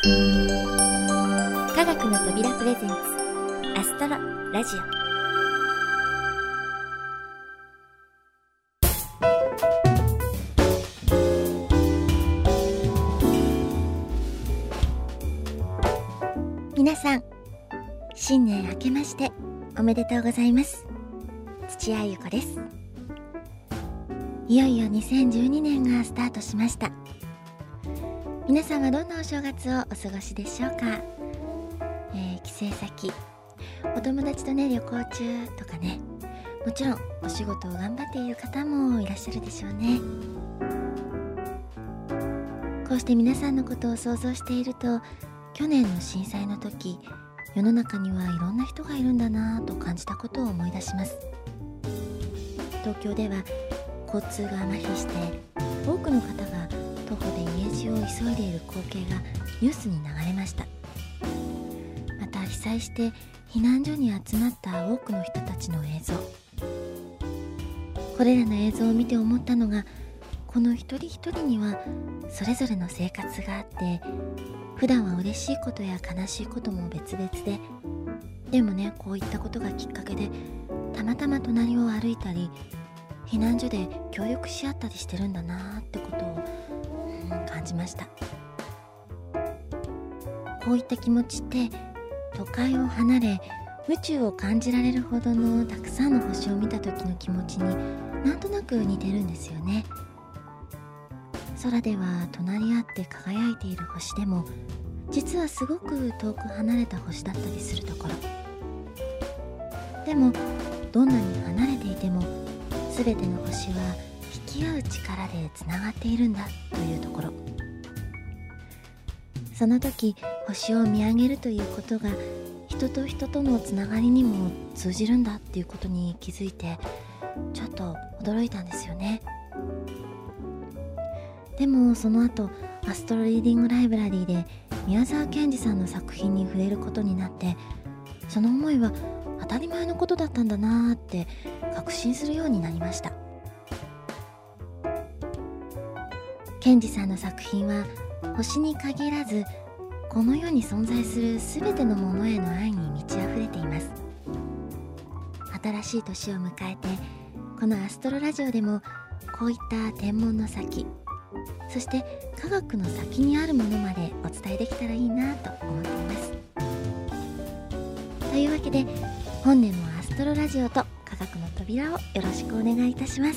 科学の扉プレゼンツアストロラジオ。皆さん、新年明けましておめでとうございます。土屋ゆ子です。いよいよ2012年がスタートしました。皆さんはどんなお正月をお過ごしでしょうか。帰省先、お友達とね旅行中とかね、もちろんお仕事を頑張っている方もいらっしゃるでしょうね。こうして皆さんのことを想像していると、去年の震災の時、世の中にはいろんな人がいるんだなぁと感じたことを思い出します。東京では交通が麻痺して、多くの方が徒歩で家路を急いでいる光景がニュースに流れました。また被災して避難所に集まった多くの人たちの映像、これらの映像を見て思ったのが、この一人一人にはそれぞれの生活があって、普段は嬉しいことや悲しいことも別々でもね、こういったことがきっかけでたまたま隣を歩いたり、避難所で協力し合ったりしてるんだなってことを感じました。こういった気持ちって都会を離れ宇宙を感じられるほどのたくさんの星を見た時の気持ちになんとなく似てるんですよね。空では隣り合って輝いている星でも、実はすごく遠く離れた星だったりするところでも、どんなに離れていても全ての星は引き合う力でつながっているんだというところ。その時星を見上げるということが人と人とのつながりにも通じるんだっていうことに気づいて、ちょっと驚いたんですよね。でもその後、アストロリーディングライブラリーで宮沢賢治さんの作品に触れることになって、その思いは当たり前のことだったんだなーって確信するようになりました。賢治さんの作品は星に限らず、この世に存在するすべてのものへの愛に満ち溢れています。新しい年を迎えて、このアストロラジオでもこういった天文の先、そして科学の先にあるものまでお伝えできたらいいなと思っています。というわけで、本年もアストロラジオと科学の扉をよろしくお願いいたします。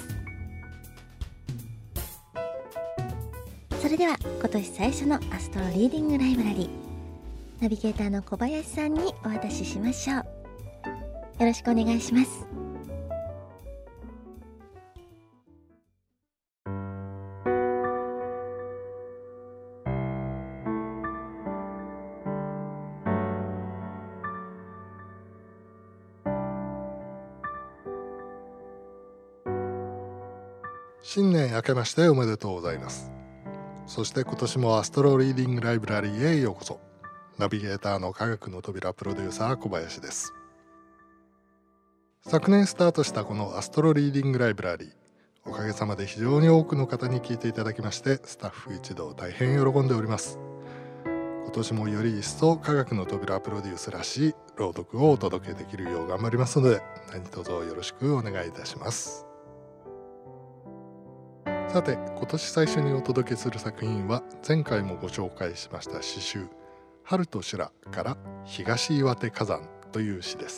それでは今年最初のアストロリーディングライブラリー、ナビゲーターの小林さんにお渡ししましょう。よろしくお願いします。 新年明けましておめでとうございます。そして今年もアストロリーディングライブラリーへようこそ。ナビゲーターの科学の扉プロデューサー小林です。昨年スタートしたこのアストロリーディングライブラリー、おかげさまで非常に多くの方に聞いていただきまして、スタッフ一同大変喜んでおります。今年もより一層科学の扉プロデュースらしい朗読をお届けできるよう頑張りますので、何卒よろしくお願いいたします。さて、今年最初にお届けする作品は、前回もご紹介しました詩集「春と修羅」から「東岩手火山」という詩です。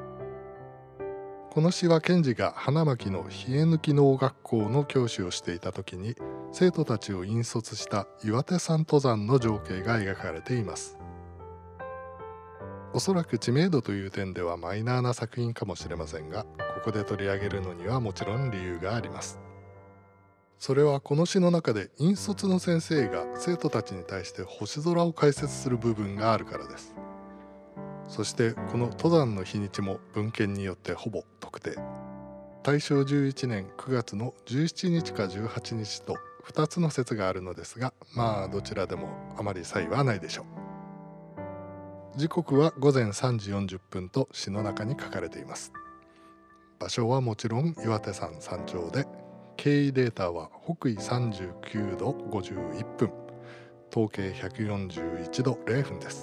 この詩は賢治が花巻の稗貫農学校の教師をしていた時に、生徒たちを引率した岩手山登山の情景が描かれています。おそらく知名度という点ではマイナーな作品かもしれませんが、ここで取り上げるのにはもちろん理由があります。それはこの詩の中で引率の先生が生徒たちに対して星空を解説する部分があるからです。そしてこの登山の日にちも文献によってほぼ特定。大正11年9月の17日か18日と2つの説があるのですが、まあどちらでもあまり差異はないでしょう。時刻は午前3時40分と詩の中に書かれています。場所はもちろん岩手山山頂で、経緯データは北緯39度51分、 統計141度0分です。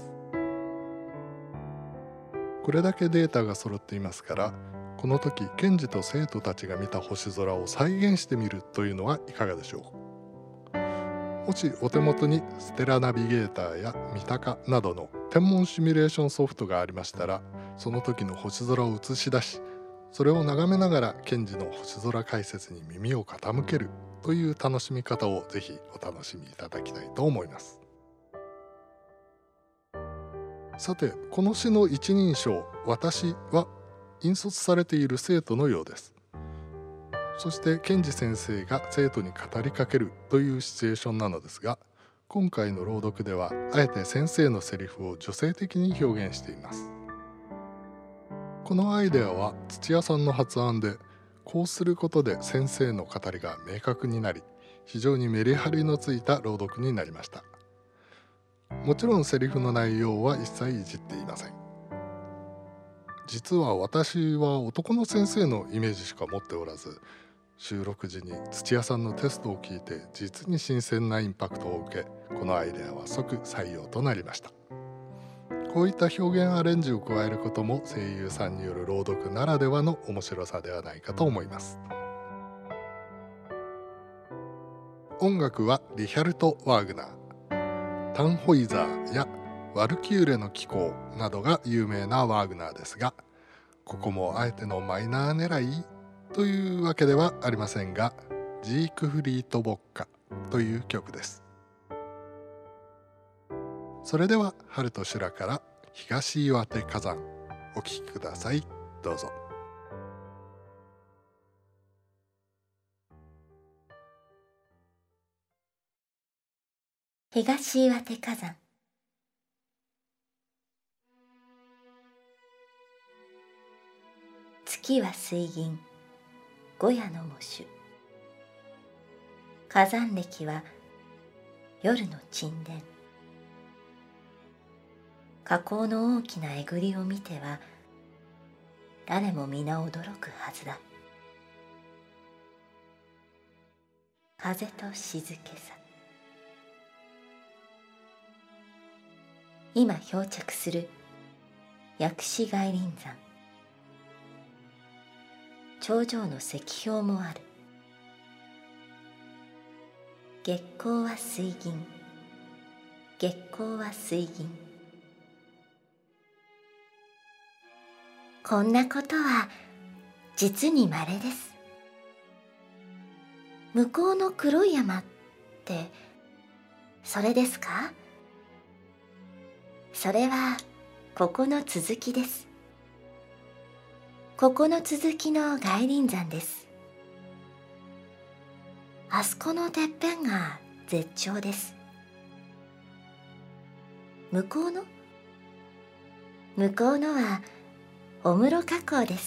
これだけデータが揃っていますから、この時検事と生徒たちが見た星空を再現してみるというのはいかがでしょう。もしお手元にステラナビゲーターや三鷹などの天文シミュレーションソフトがありましたら、その時の星空を映し出し、それを眺めながら検事の星空解説に耳を傾けるという楽しみ方をぜひお楽しみいただきたいと思います。さて、この詩の一人称「私」は引率されている生徒のようです。そして検事先生が生徒に語りかけるというシチュエーションなのですが、今回の朗読ではあえて先生のセリフを女性的に表現しています。このアイデアは土屋さんの発案で、こうすることで先生の語りが明確になり、非常にメリハリのついた朗読になりました。もちろんセリフの内容は一切いじっていません。実は私は男の先生のイメージしか持っておらず、収録時に土屋さんのテストを聞いて実に新鮮なインパクトを受け、このアイデアは即採用となりました。こういった表現アレンジを加えることも声優さんによる朗読ならではの面白さではないかと思います。音楽はリヒャルト・ワーグナー、タンホイザーやワルキューレの騎行などが有名なワーグナーですが、ここもあえてのマイナー狙いというわけではありませんが、ジークフリート・ボッカという曲です。それでは春と修羅から東岩手火山、お聴きください。どうぞ。 東岩手火山。月は水銀、五夜の喪主。火山暦は夜の沈殿。火口の大きなえぐりを見ては、誰も皆驚くはずだ。風と静けさ。今漂着する薬師外輪山。頂上の石標もある。月光は水銀、月光は水銀。こんなことは実に稀です。向こうの黒い山ってそれですか？それはここの続きです。ここの続きの外輪山です。あそこのてっぺんが絶頂です。向こうのは御室火口です。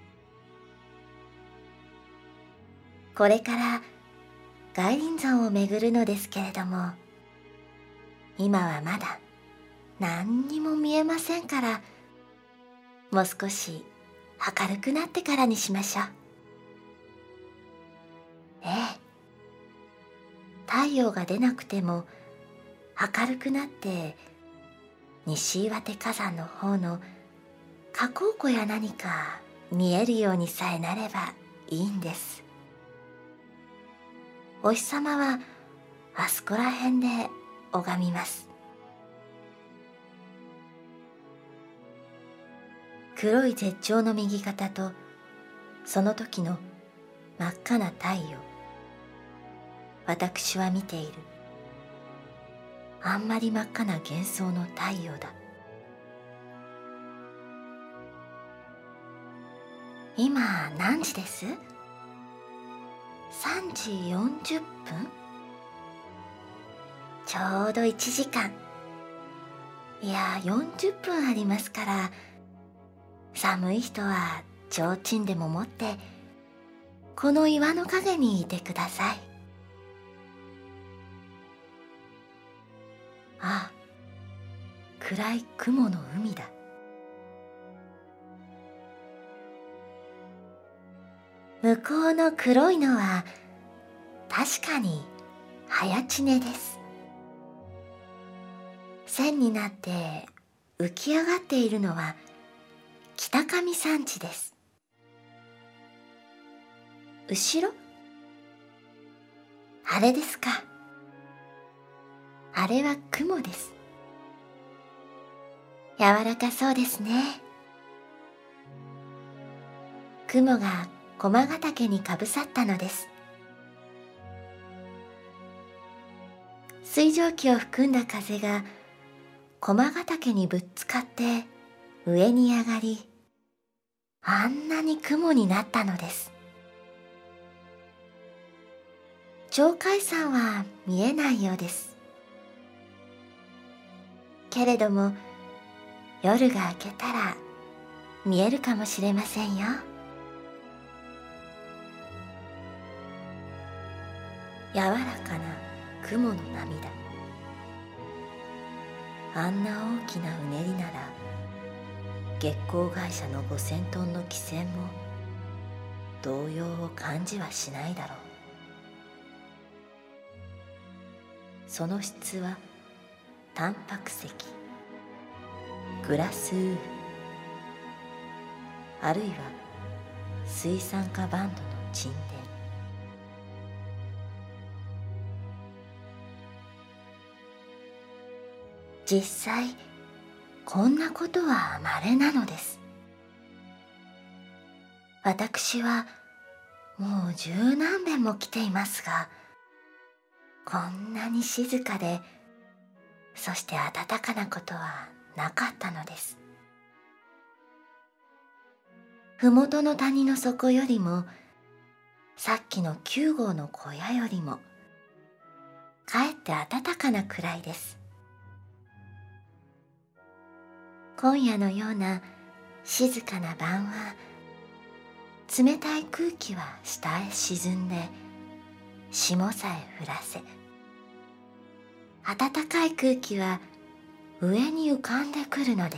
これから外輪山を巡るのですけれども、今はまだ何にも見えませんから、もう少し明るくなってからにしましょう。ええ、太陽が出なくても明るくなって、西岩手火山の方の火口湖や何か見えるようにさえなればいいんです。お日様はあそこら辺で拝みます。黒い絶頂の右肩とその時の真っ赤な太陽、私は見ている。あんまり真っ赤な幻想の太陽だ。今何時です？ 3 時40分？ちょうど1時間。いや、40分ありますから、寒い人は提灯でも持ってこの岩の陰にいてください。ああ、暗い雲の海だ。向こうの黒いのは確かに早知根です。 線になって浮き上がっているのは北上山地です。後ろ？あれですか。あれは雲です。柔らかそうですね。雲が駒ヶ岳にかぶさったのです。水蒸気を含んだ風が駒ヶ岳にぶっつかって上に上がり、あんなに雲になったのです。鳥海山は見えないようです。けれども夜が明けたら見えるかもしれませんよ。柔らかな雲の涙。あんな大きなうねりなら月光会社の5000トンの汽船も動揺を感じはしないだろう。その質はタンパク石、グラスウール、あるいは水酸化バンドの沈殿。実際こんなことは稀なのです。私はもう十何遍も来ていますが、こんなに静かで、そして暖かなことはなかったのです。ふもとの谷の底よりも、さっきの9号の小屋よりも、かえって暖かなくらいです。今夜のような静かな晩は、冷たい空気は下へ沈んで、霜さえ降らせ、暖かい空気は上に浮かんでくるのです。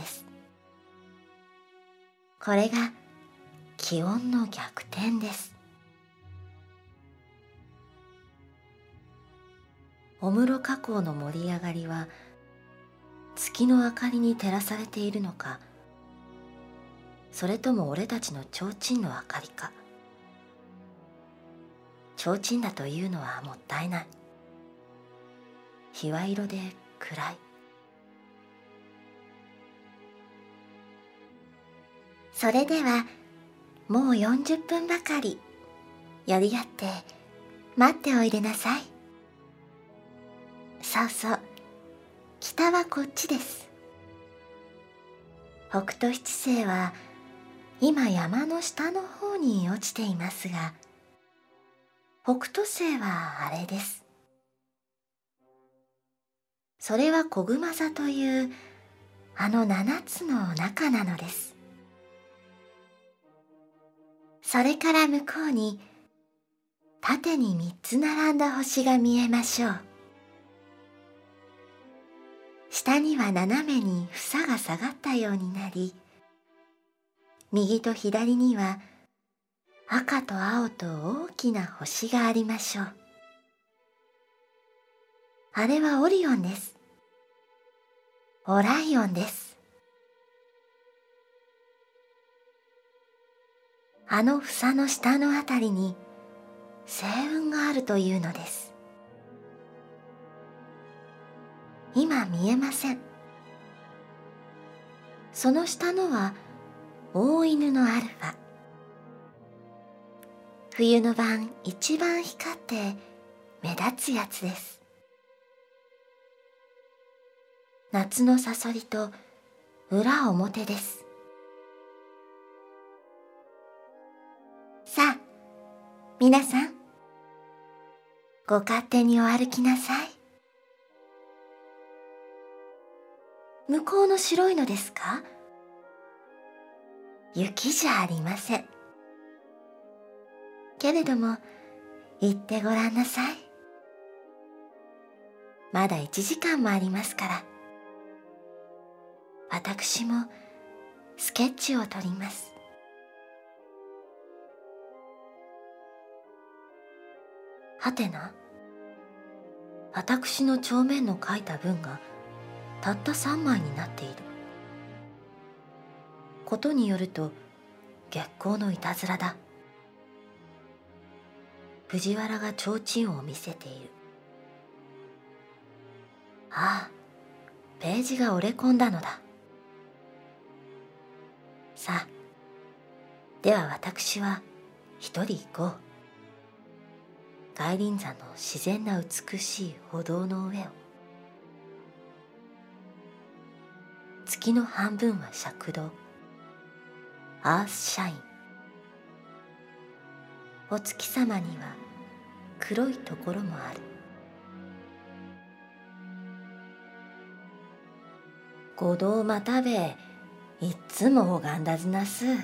これが気温の逆転です。御室火口の盛り上がりは月の明かりに照らされているのか、それとも俺たちの提灯の明かりか。提灯だというのはもったいない。日は色で暗い。それではもう40分ばかり寄り合って待っておいでなさい。そうそう、北はこっちです。北斗七星は今山の下の方に落ちていますが、北斗星はあれです。それは小熊座というあの7つの中なのです。それから向こうに縦に3つ並んだ星が見えましょう。下には斜めに房が下がったようになり、右と左には赤と青と大きな星がありましょう。あれはオリオンです。オライオンです。あの房の下のあたりに星雲があるというのです。今見えません。その下のは大犬のアルファ。冬の晩一番光って目立つやつです。夏のサソリと裏表です。さあ、皆さん、ご勝手にお歩きなさい。向こうの白いのですか？雪じゃありません。けれども、行ってごらんなさい。まだ1時間もありますから。私もスケッチを撮ります。はてな、私の帳面の書いた文がたった3枚になっている。ことによると月光のいたずらだ。藤原が提灯を見せている。ああ、ページが折れ込んだのだ。さあ、では私は一人行こう。外輪山の自然な美しい歩道の上を。月の半分は赤道、アースシャイン。お月様には黒いところもある。ごどうまたべ、いっつも拝んだずなす。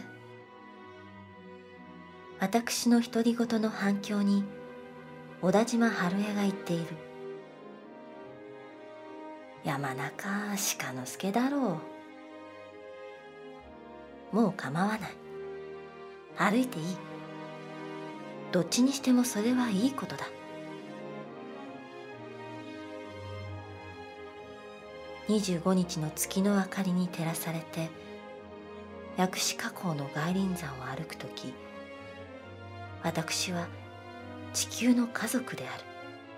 私の独り言の反響に小田島春江が言っている。山中鹿之助だろう。もう構わない。歩いていい。どっちにしてもそれはいいことだ。25日の月の明かりに照らされて薬師火口の外輪山を歩くとき、私は地球の家族である。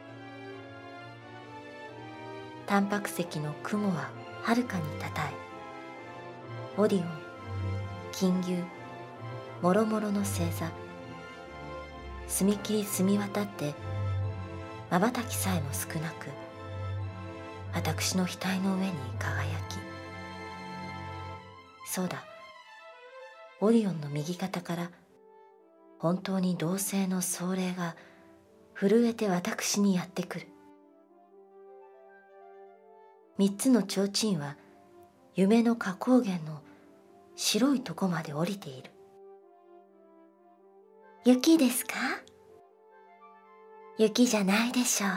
タンパク石の雲ははるかにたたえ、オリオン、金牛、もろもろの星座、澄み切り澄み渡って瞬きさえも少なく、私の額の上に輝き、そうだ、オリオンの右肩から本当に同性の壮麗が震えて私にやってくる。3つの提灯は夢の花崗岩の白いとこまで降りている。雪ですか？雪じゃないでしょう。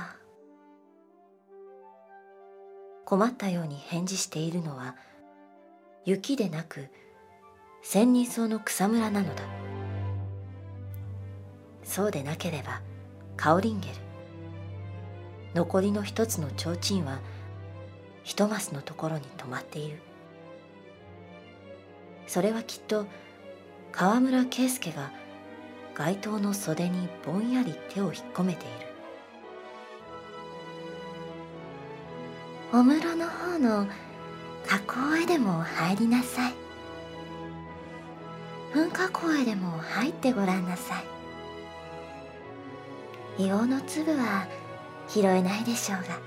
困ったように返事しているのは雪でなく千人草の草むらなのだ。そうでなければカオリンゲル。残りの一つの提灯は一マスのところに止まっている。それはきっと河村圭介が街灯の袖にぼんやり手を引っ込めている。お室の方の河口へでも入りなさい。噴火口へでも入ってごらんなさい。硫黄の粒は拾えないでしょうが。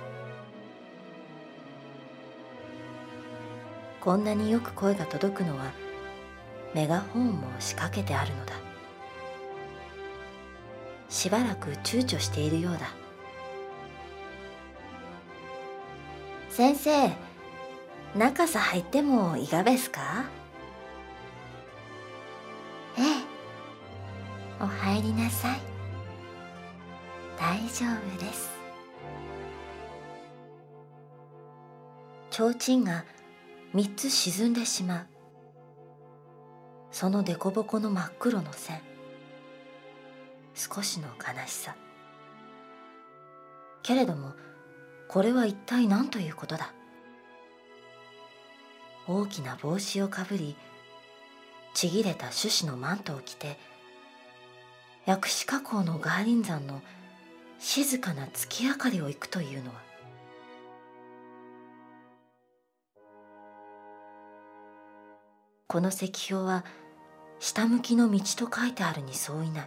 こんなによく声が届くのはメガホンも仕掛けてあるのだ。しばらく躊躇しているようだ。先生、中さ入ってもいかがですか？ええ、お入りなさい。大丈夫です。提灯が3つ沈んでしまう。その凸凹の真っ黒の線、少しの悲しさ。けれどもこれは一体何ということだ。大きな帽子をかぶり、ちぎれた種子のマントを着て、薬師火口の外輪山の静かな月明かりを行くというのは。この石標は下向きの道と書いてあるに相違ない。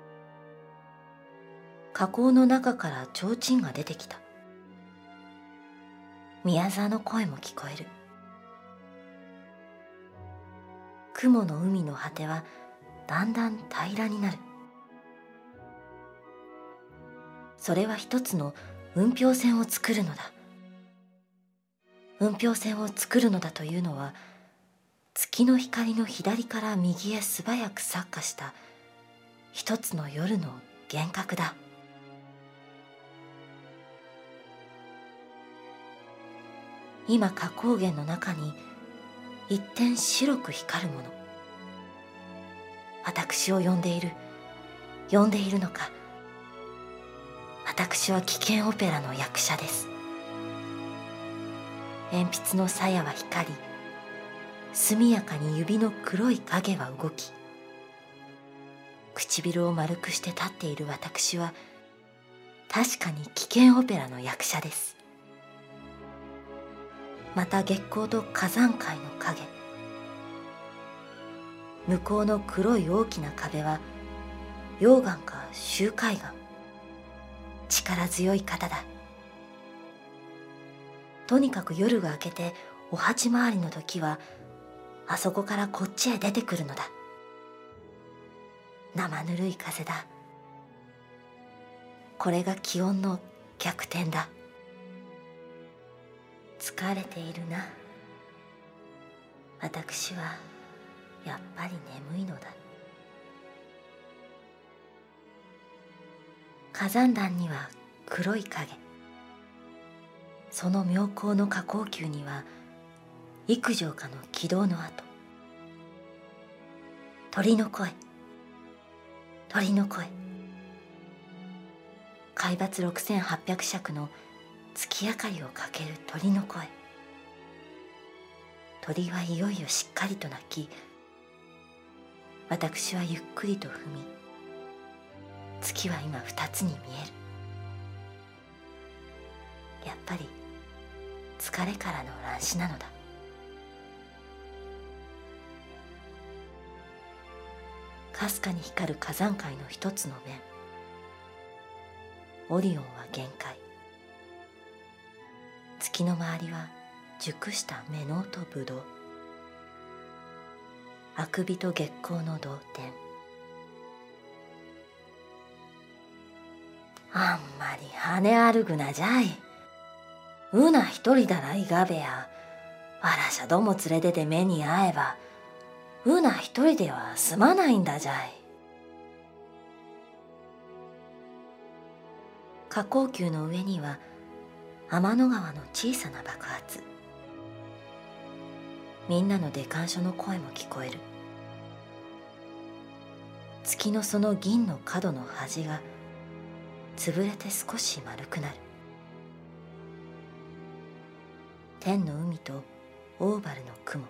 火口の中から提灯が出てきた。宮沢の声も聞こえる。雲の海の果てはだんだん平らになる。それは一つの雲氷線を作るのだ。雲氷線を作るのだというのは、月の光の左から右へ素早く錯過した一つの夜の幻覚だ。今花崗岩の中に一点白く光るもの、私を呼んでいるのか。私は危険オペラの役者です。 鉛筆の鞘は光り、速やかに指の黒い影は動き、唇を丸くして立っている私は確かに危険オペラの役者です。また月光と火山界の影、向こうの黒い大きな壁は溶岩か集海岩。力強い方だ。とにかく夜が明けてお鉢回りの時はあそこからこっちへ出てくるのだ。生ぬるい風だ。これが気温の逆転だ。疲れているな。私はやっぱり眠いのだ。火山壇には黒い影。その妙高の下降丘には幾条かの軌道の跡。鳥の声、鳥の声。海抜6800尺の月明かりをかける鳥の声。鳥はいよいよしっかりと鳴き、私はゆっくりと踏み、月は今2つに見える。やっぱり疲れからの乱視なのだ。かすかに光る火山界の一つの面。オリオンは限界。月の周りは熟したメノウとブドウ。あくびと月光の同点。あんまり跳ね歩ぐなじゃい。うな一人だらいがべや。わらしゃども連れ出て目に遭えば、うな一人では済まないんだじゃい。下降丘の上には天の川の小さな爆発。みんなの出鑑所の声も聞こえる。月のその銀の角の端が潰れて少し丸くなる。天の海とオーバルの雲。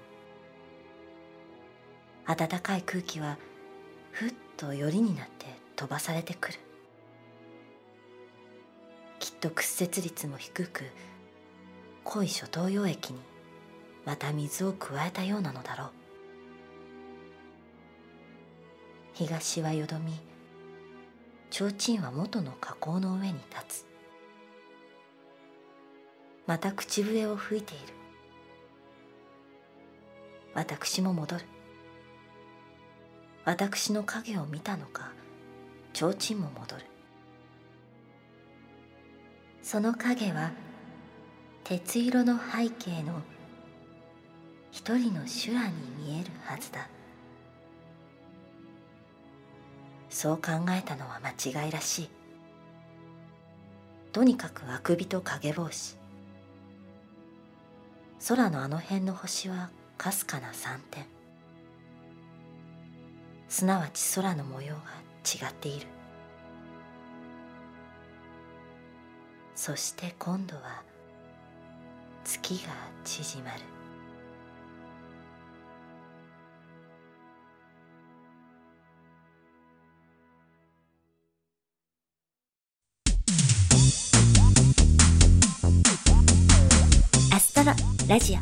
暖かい空気はふっとよりになって飛ばされてくる。きっと屈折率も低く、濃い諸東洋液にまた水を加えたようなのだろう。東はよどみ、提灯は元の火口の上に立つ。また口笛を吹いている。私も戻る。私の影を見たのか、提灯も戻る。その影は鉄色の背景の一人の修羅に見えるはずだ。そう考えたのは間違いらしい。とにかくあくびと影帽子。空のあの辺の星はかすかな3点。すなわち空の模様が違っている。そして今度は月が縮まる。アストロラジオ。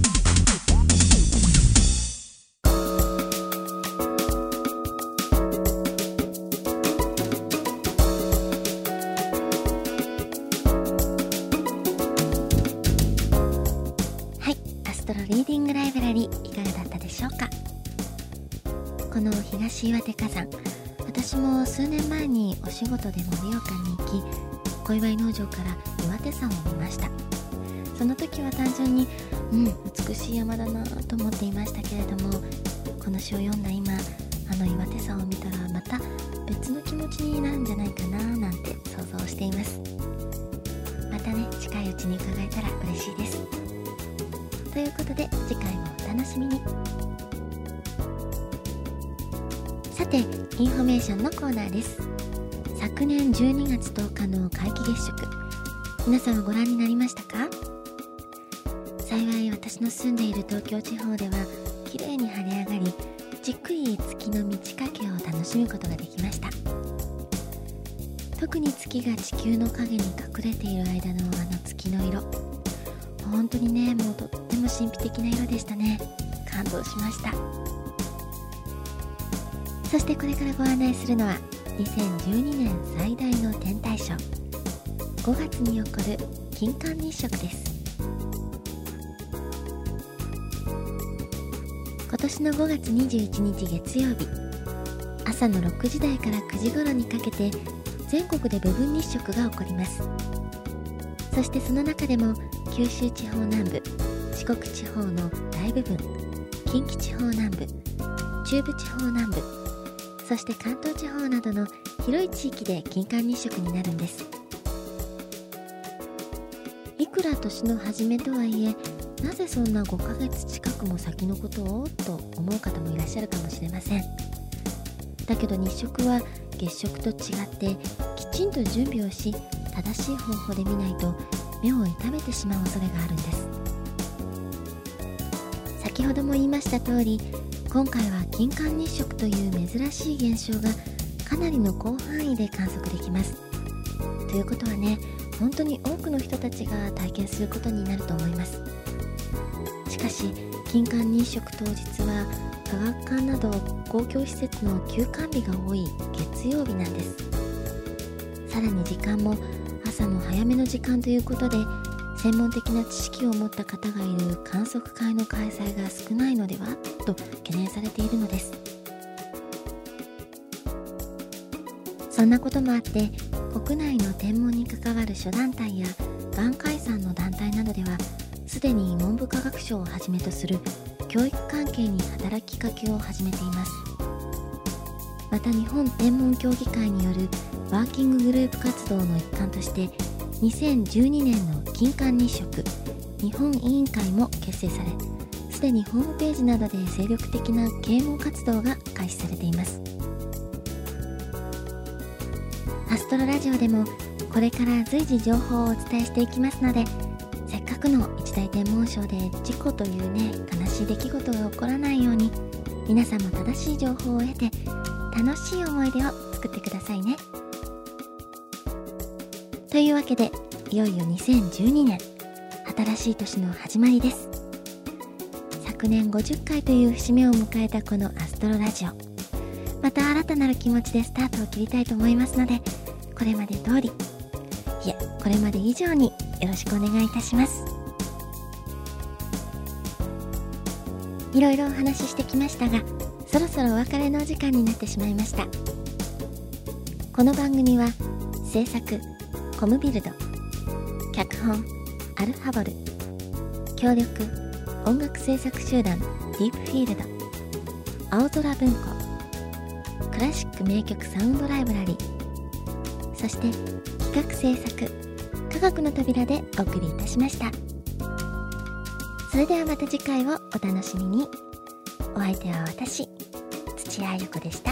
リーディングライブラリーいかがだったでしょうか。この東岩手火山、私も数年前にお仕事で盛岡に行き、小岩井農場から岩手山を見ました。その時は単純に美しい山だなと思っていましたけれども、この詩を読んだ今、あの岩手山を見たらまた別の気持ちになるんじゃないかななんて想像しています。またね、近いうちに伺えたら嬉しいです。ということで次回もお楽しみに。さて、インフォメーションのコーナーです。昨年12月10日の皆既月食、皆さんはご覧になりましたか？最私の住んでいる東京地方ではきれいに晴れ上がり、じっくり月の満ち欠けを楽しむことができました。特に月が地球の影に隠れている間のあの月の色、本当にね、もうとっても神秘的な色でしたね。感動しました。そしてこれからご案内するのは2012年最大の天体ショー、5月に起こる金環日食です。今年の5月21日月曜日、朝の6時台から9時頃にかけて全国で部分日食が起こります。そしてその中でも九州地方南部、四国地方の大部分、近畿地方南部、中部地方南部、そして関東地方などの広い地域で金環日食になるんです。いくら年の初めとはいえ、なぜそんな5ヶ月近くも先のことをと思う方もいらっしゃるかもしれません。だけど日食は月食と違ってきちんと準備をし、正しい方法で見ないと目を痛めてしまう恐れがあるんです。先ほども言いました通り、今回は金環日食という珍しい現象がかなりの広範囲で観測できます。ということはね、本当に多くの人たちが体験することになると思います。しかし金環日食当日は科学館など公共施設の休館日が多い月曜日なんです。さらに時間も朝の早めの時間ということで、専門的な知識を持った方がいる観測会の開催が少ないのではと懸念されているのです。そんなこともあって、国内の天文に関わる諸団体や眼科医さんの団体などでは、すでに文部科学省をはじめとする教育関係に働きかけを始めています。また日本天文協議会によるワーキンググループ活動の一環として、2012年の金環日食日本委員会も結成され、すでにホームページなどで精力的な啓蒙活動が開始されています。アストロラジオでもこれから随時情報をお伝えしていきますので、せっかくの一大天文ショーで事故というね、悲しい出来事が起こらないように、皆さんも正しい情報を得て楽しい思い出を作ってくださいね。というわけで、いよいよ2012年、新しい年の始まりです。昨年50回という節目を迎えたこのアストロラジオ、また新たなる気持ちでスタートを切りたいと思いますので、これまで通り、いやこれまで以上によろしくお願いいたします。いろいろお話ししてきましたが、そろそろお別れのお時間になってしまいました。この番組は制作コムビルド、脚本アルファボル、協力音楽制作集団ディープフィールド、青空文庫、クラシック名曲サウンドライブラリー、そして企画制作科学の扉でお送りいたしました。それではまた次回をお楽しみに。お相手は私、土屋あゆ子でした。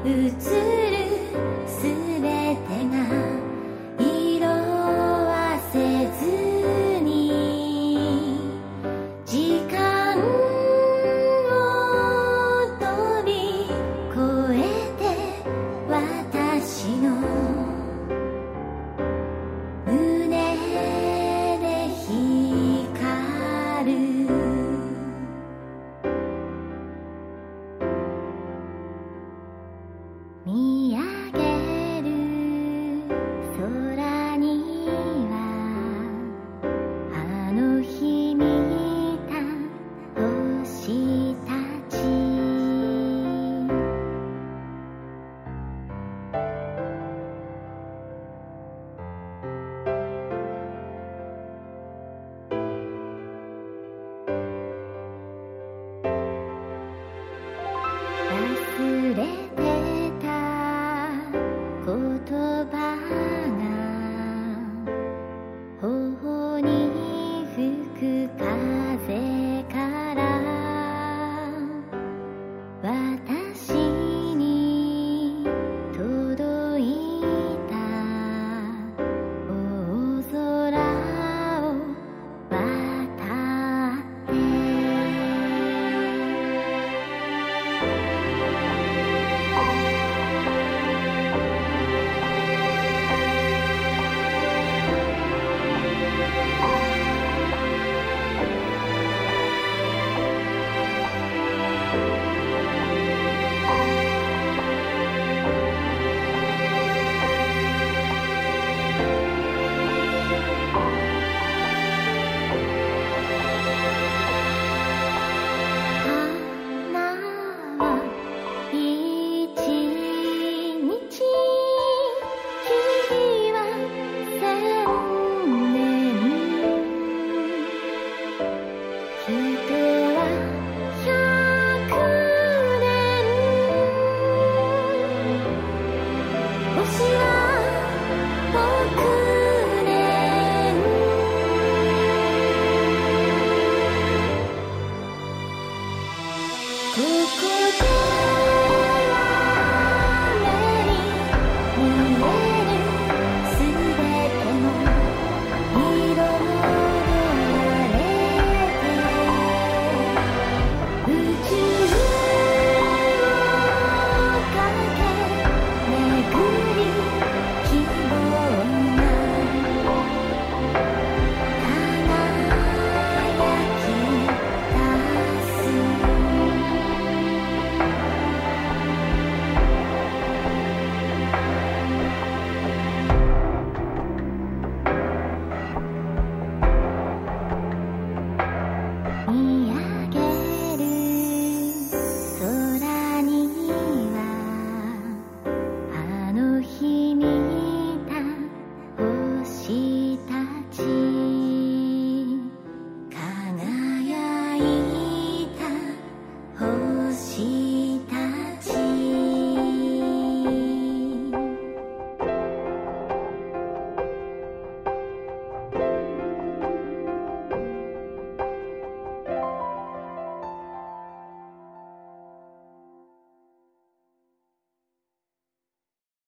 映るすべてが色あせずに時間を飛び越えて私の胸で光る見